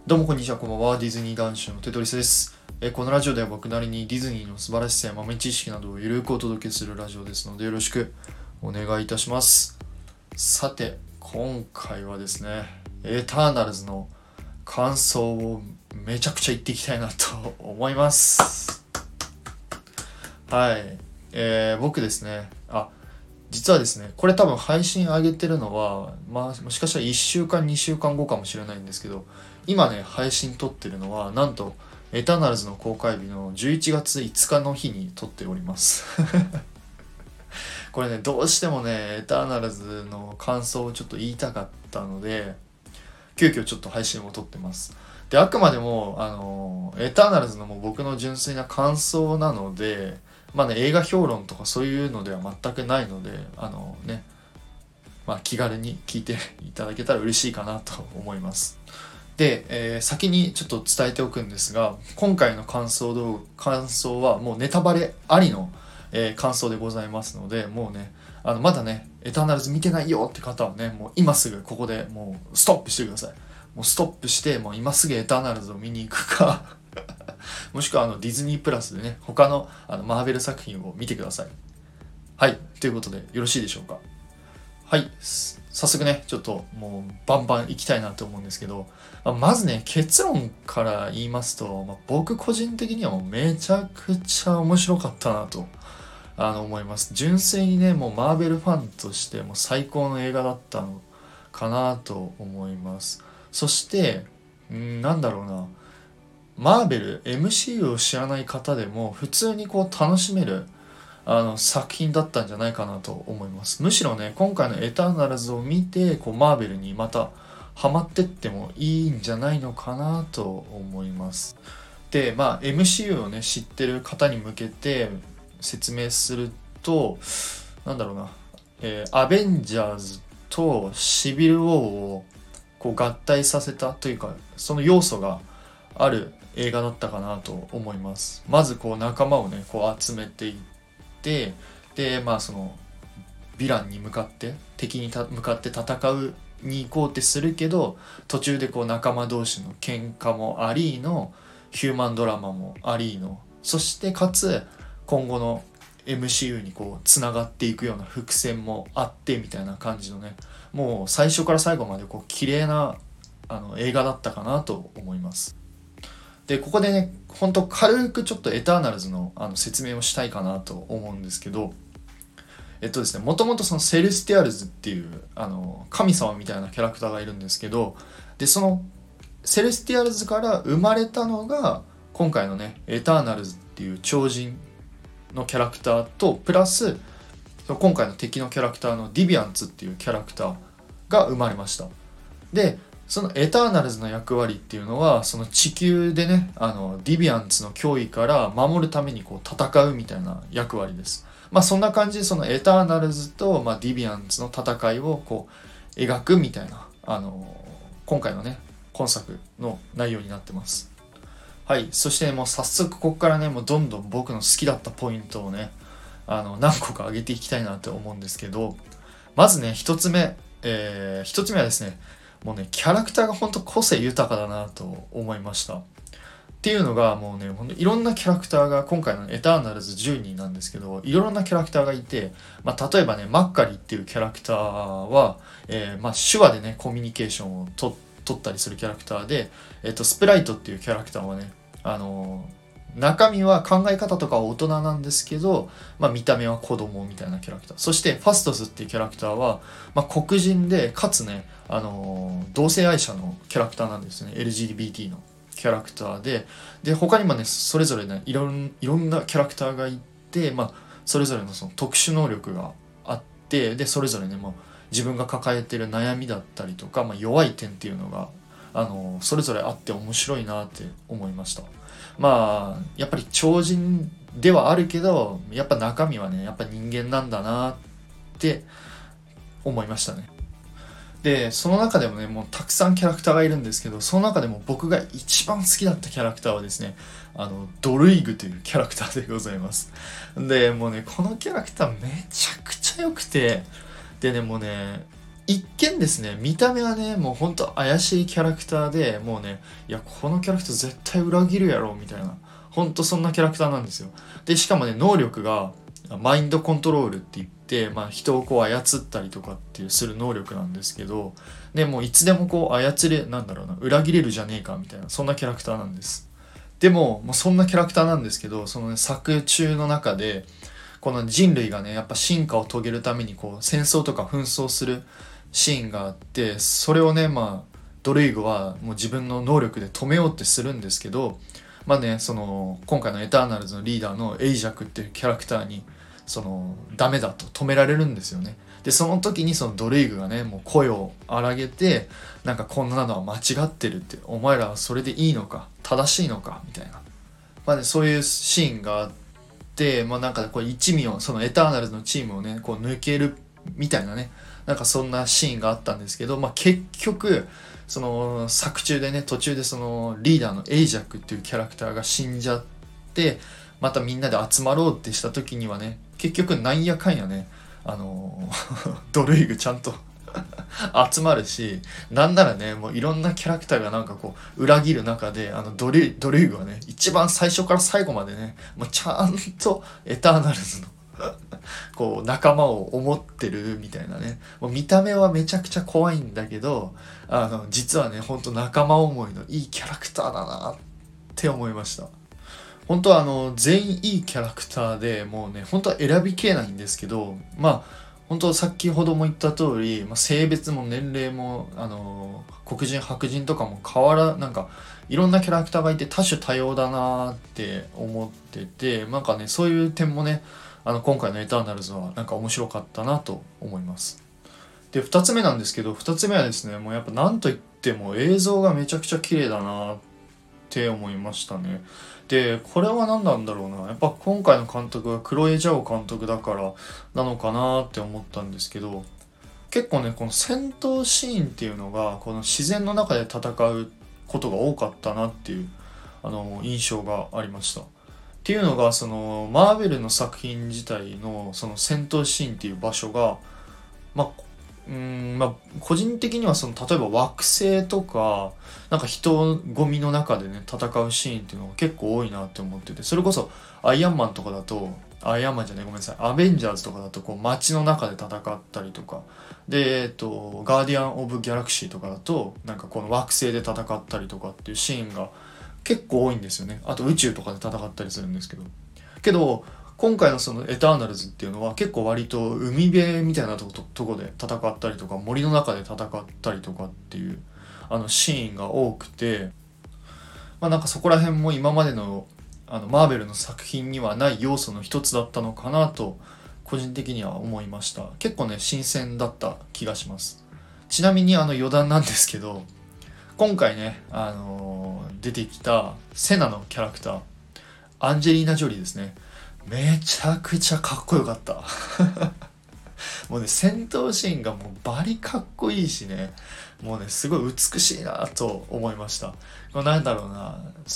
どうもこんにちは、こんばんは。ディズニー男子のテトリスです。このラジオでは僕なりにディズニーの素晴らしさや豆知識などをゆるくお届けするラジオですので、よろしくお願いいたします。さて、今回はですね、エターナルズの感想をめちゃくちゃ言っていきたいなと思います。はい、僕ですね、実はですね、これ多分配信上げてるのは、もしかしたら1週間、2週間後かもしれないんですけど、今ね、配信撮ってるのは、なんと、エターナルズの公開日の11月5日の日に撮っております。これね、どうしてもね、エターナルズの感想をちょっと言いたかったので、急遽ちょっと配信を撮ってます。で、あくまでも、エターナルズのもう僕の純粋な感想なので、映画評論とかそういうのでは全くないので、気軽に聞いていただけたら嬉しいかなと思います。で、先にちょっと伝えておくんですが、今回の感想はもうネタバレありの、感想でございますので、もうね、まだね、エターナルズ見てないよって方はね、もう今すぐここでもうストップしてください。もうストップして、もう今すぐエターナルズを見に行くかもしくはディズニープラスでね、他のマーベル作品を見てください。はい、ということでよろしいでしょうか。はい、早速ね、ちょっともうバンバン行きたいなと思うんですけど、まずね、結論から言いますと、僕個人的にはもうめちゃくちゃ面白かったなと思います。純粋にね、もうマーベルファンとしてもう最高の映画だったのかなと思います。そして、なんだろうな、マーベル MCU を知らない方でも普通にこう楽しめる作品だったんじゃないかなと思います。むしろね、今回のエターナルズを見てこうマーベルにまたハマってってもいいんじゃないのかなと思います。で、MCU をね知ってる方に向けて説明すると、なんだろうな、アベンジャーズとシビルウォーをこう合体させたというか、その要素がある映画だったかなと思います。まずこう仲間をねこう集めていって、でそのヴィランに向かって敵に向かって戦うに行こうってするけど、途中でこう仲間同士の喧嘩もありの、ヒューマンドラマもありの、そしてかつ今後の MCU にこうつながっていくような伏線もあってみたいな感じのね、もう最初から最後までこう綺麗な映画だったかなと思います。で、ここでね、ほんと軽くちょっとエターナルズの説明をしたいかなと思うんですけど、ですね、もともとそのセレスティアルズっていう神様みたいなキャラクターがいるんですけど、で、そのセレスティアルズから生まれたのが、今回のね、エターナルズっていう超人のキャラクターと、プラス、今回の敵のキャラクターのディビアンツっていうキャラクターが生まれました。で、そのエターナルズの役割っていうのは、その地球でね、ディビアンツの脅威から守るためにこう戦うみたいな役割です。そんな感じで、そのエターナルズと、ディビアンツの戦いをこう描くみたいな、今回のね、今作の内容になってます。はい、そして、もう早速ここからね、もうどんどん僕の好きだったポイントをね、何個か上げていきたいなと思うんですけど、まずね、一つ目はですね、もうね、キャラクターが本当個性豊かだなと思いました。っていうのが、もうね、ほんといろんなキャラクターが、今回のエターナルズ10人なんですけど、いろんなキャラクターがいて、例えばね、マッカリっていうキャラクターは、手話でね、コミュニケーションを取ったりするキャラクターで、スプライトっていうキャラクターはね、中身は考え方とかは大人なんですけど、見た目は子供みたいなキャラクター。そしてファストスっていうキャラクターは、黒人でかつね、同性愛者のキャラクターなんですね。 LGBT のキャラクターで他にもね、それぞれね、いろんなキャラクターがいて、それぞれのその特殊能力があって、でそれぞれね、もう自分が抱えてる悩みだったりとか、弱い点っていうのがそれぞれあって面白いなって思いました。やっぱり超人ではあるけど、やっぱ中身はね、やっぱ人間なんだなって思いましたね。で、その中でもね、もうたくさんキャラクターがいるんですけど、その中でも僕が一番好きだったキャラクターはですね、ドルイグというキャラクターでございます。で、もうね、このキャラクターめちゃくちゃ良くて、でね、もうね、 一見ですね、見た目はね、もうほんと怪しいキャラクターで、もうね、いや、このキャラクター絶対裏切るやろ、みたいな。ほんとそんなキャラクターなんですよ。で、しかもね、能力が、マインドコントロールって言って、人をこう操ったりとかっていうする能力なんですけど、で、もういつでもこうなんだろうな、裏切れるじゃねえか、みたいな、そんなキャラクターなんです。でも、そんなキャラクターなんですけど、そのね、作中の中で、この人類がね、やっぱ進化を遂げるためにこう、戦争とか紛争するシーンがあって、それをね、ドルイグはもう自分の能力で止めようってするんですけど、その今回のエターナルズのリーダーのエイジャクっていうキャラクターにダメだと止められるんですよね。でその時にそのドルイグがねもう声を荒げて、なんかこんなのは間違ってるって、お前らはそれでいいのか正しいのかみたいな、そういうシーンがあって、なんかこう一味をそのエターナルズのチームをねこう抜けるみたいなね、なんかそんなシーンがあったんですけど、結局その作中でね途中でそのリーダーのエイジャックっていうキャラクターが死んじゃって、またみんなで集まろうってした時にはね、結局なんやかんやねドルイグちゃんと集まるし、なんならねもういろんなキャラクターがなんかこう裏切る中でドルイグはね一番最初から最後までねもうちゃんとエターナルズのこう仲間を思ってるみたいなね、もう見た目はめちゃくちゃ怖いんだけど、実はねほんと仲間思いのいいキャラクターだなって思いました。本当は全員いいキャラクターで、もうね本当は選びきれないんですけど、本当先ほども言った通り、性別も年齢も黒人白人とかもなんかいろんなキャラクターがいて多種多様だなって思ってて、なんかねそういう点もね今回のエターナルズはなんか面白かったなと思います。で2つ目なんですけど、2つ目はですね、もうやっぱなんといっても映像がめちゃくちゃ綺麗だなって思いましたね。でこれは何なんだろうな、やっぱ今回の監督はクロエ・ジャオ監督だからなのかなって思ったんですけど、結構ねこの戦闘シーンっていうのがこの自然の中で戦うことが多かったなっていう印象がありました。っていうのがそのマーベルの作品自体のその戦闘シーンっていう場所が、個人的にはその例えば惑星とかなんか人混みの中でね戦うシーンっていうのが結構多いなって思ってて、それこそアイアンマンとかだとアイアンマンじゃないごめんなさいアベンジャーズとかだとこう街の中で戦ったりとかで、ガーディアン・オブ・ギャラクシーとかだとなんかこの惑星で戦ったりとかっていうシーンが結構多いんですよね。あと宇宙とかで戦ったりするんですけど今回のそのエターナルズっていうのは結構割と海辺みたいなとこで戦ったりとか森の中で戦ったりとかっていうシーンが多くて、なんかそこら辺も今までのマーベルの作品にはない要素の一つだったのかなと個人的には思いました。結構ね新鮮だった気がします。ちなみに余談なんですけど、今回ね出てきたセナのキャラクターアンジェリーナ・ジョリーですね、めちゃくちゃかっこよかったもうね戦闘シーンがもうバリかっこいいしね、もうねすごい美しいなと思いました。なんだろうな、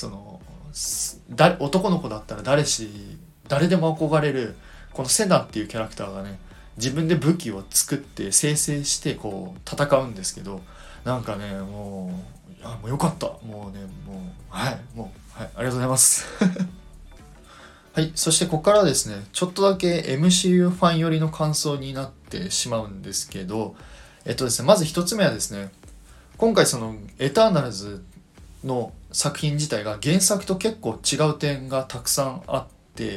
男の子だったら誰でも憧れるこのセナっていうキャラクターがね自分で武器を作って生成してこう戦うんですけど、なんかねもうよかった、もうねはい、ありがとうございますはい、そしてここからはですね、ちょっとだけ MCU ファン寄りの感想になってしまうんですけど、ですね、まず一つ目はですね、今回そのエターナルズの作品自体が原作と結構違う点がたくさんあって、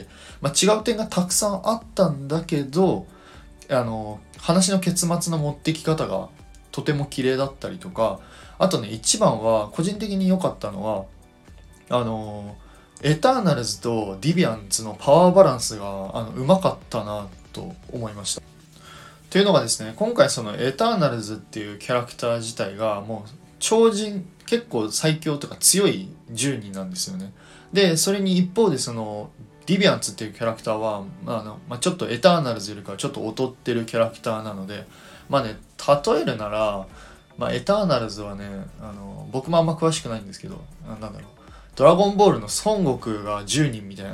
違う点がたくさんあったんだけど、話の結末の持ってき方がとても綺麗だったりとか、あとね、一番は個人的に良かったのは、エターナルズとディビアンズのパワーバランスがうまかったなと思いました。というのがですね、今回そのエターナルズっていうキャラクター自体がもう超人、結構最強とか強い10人なんですよね。でそれに一方でそのディビアンズっていうキャラクターはちょっとエターナルズよりかはちょっと劣ってるキャラクターなので、例えるなら、エターナルズはね僕もあんま詳しくないんですけど、なんだろう、ドラゴンボールの孫悟空が10人みたいな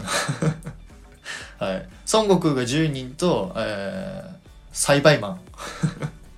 はい、孫悟空が10人と、サイバイマン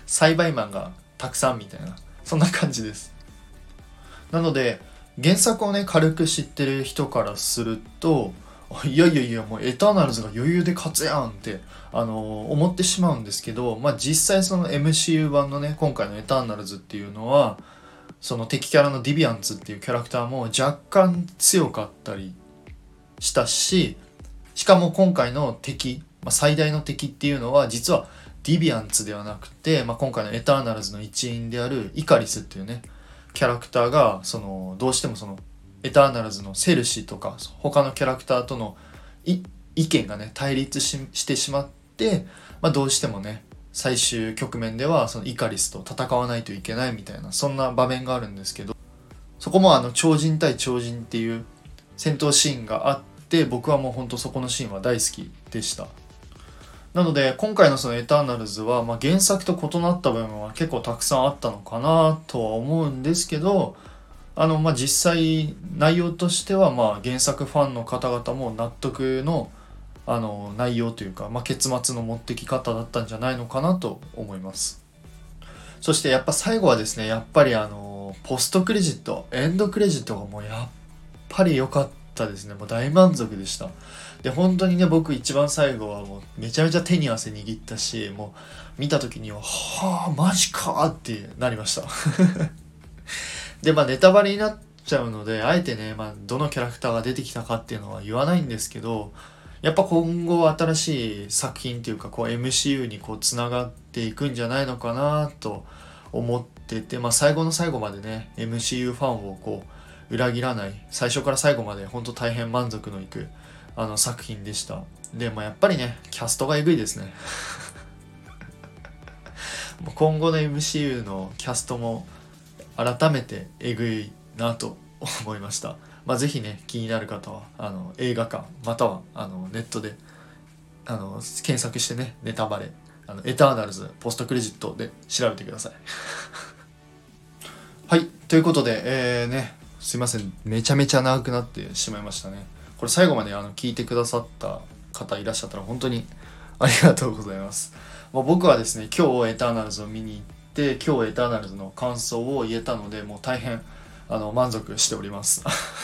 栽培マンがたくさんみたいな、そんな感じです。なので原作をね軽く知ってる人からすると、いやいやいやもうエターナルズが余裕で勝つやんって思ってしまうんですけど、まあ実際その MCU 版のね今回のエターナルズっていうのはその敵キャラのディビアンツっていうキャラクターも若干強かったりしたし、しかも今回の敵、最大の敵っていうのは実はディビアンツではなくて、今回のエターナルズの一員であるイカリスっていうねキャラクターがどうしてもそのエターナルズのセルシーとか他のキャラクターとの意見がね対立してしまって、どうしてもね最終局面ではそのイカリスと戦わないといけないみたいな、そんな場面があるんですけど、そこも超人対超人っていう戦闘シーンがあって、僕はもうほんとそこのシーンは大好きでした。なので今回のそのエターナルズは、原作と異なった部分は結構たくさんあったのかなとは思うんですけど、実際内容としては原作ファンの方々も納得の内容というか、結末の持ってき方だったんじゃないのかなと思います。そしてやっぱ最後はですね、やっぱりポストクレジット、エンドクレジットがもうやっぱり良かったですね。もう大満足でした。で本当にね、僕一番最後はもうめちゃめちゃ手に汗握ったし、もう見た時にははあマジかってなりましたでネタバレになっちゃうのであえてね、どのキャラクターが出てきたかっていうのは言わないんですけど、やっぱ今後新しい作品っていうかMCU につながっていくんじゃないのかなと思ってて、最後の最後までね MCU ファンを裏切らない、最初から最後まで本当大変満足のいく作品でした。でやっぱりねキャストがエグいですね今後の MCU のキャストも改めてエグいなと思いました。ぜひね気になる方は映画館またはネットで検索してね、ネタバレエターナルズポストクレジットで調べてくださいはいということで、すいません、めちゃめちゃ長くなってしまいましたね。これ最後まで聞いてくださった方いらっしゃったら本当にありがとうございます。僕はですね今日エターナルズを見に行って今日エターナルズの感想を言えたので、もう大変満足しております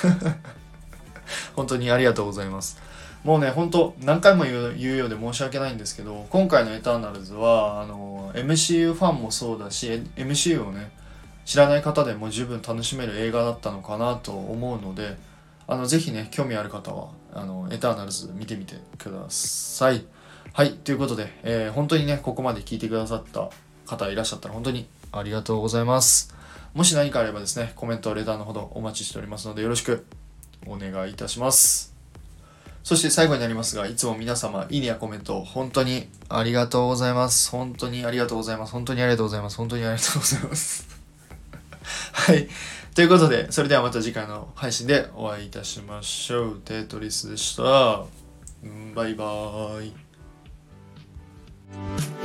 本当にありがとうございます。もうね本当何回も言うようで申し訳ないんですけど、今回のエターナルズはMCU ファンもそうだし MCU をね知らない方でも十分楽しめる映画だったのかなと思うので、ぜひね興味ある方はエターナルズ見てみてください。はいということで、本当にねここまで聞いてくださった方いらっしゃったら本当にありがとうございます。もし何かあればですねコメントレターのほどお待ちしておりますのでよろしくお願いいたします。そして最後になりますが、いつも皆様いいねやコメント本当にありがとうございます。本当にありがとうございます。本当にありがとうございます。本当にありがとうございますはいということで、それではまた次回の配信でお会いいたしましょう。テトリスでした。バイバーイ。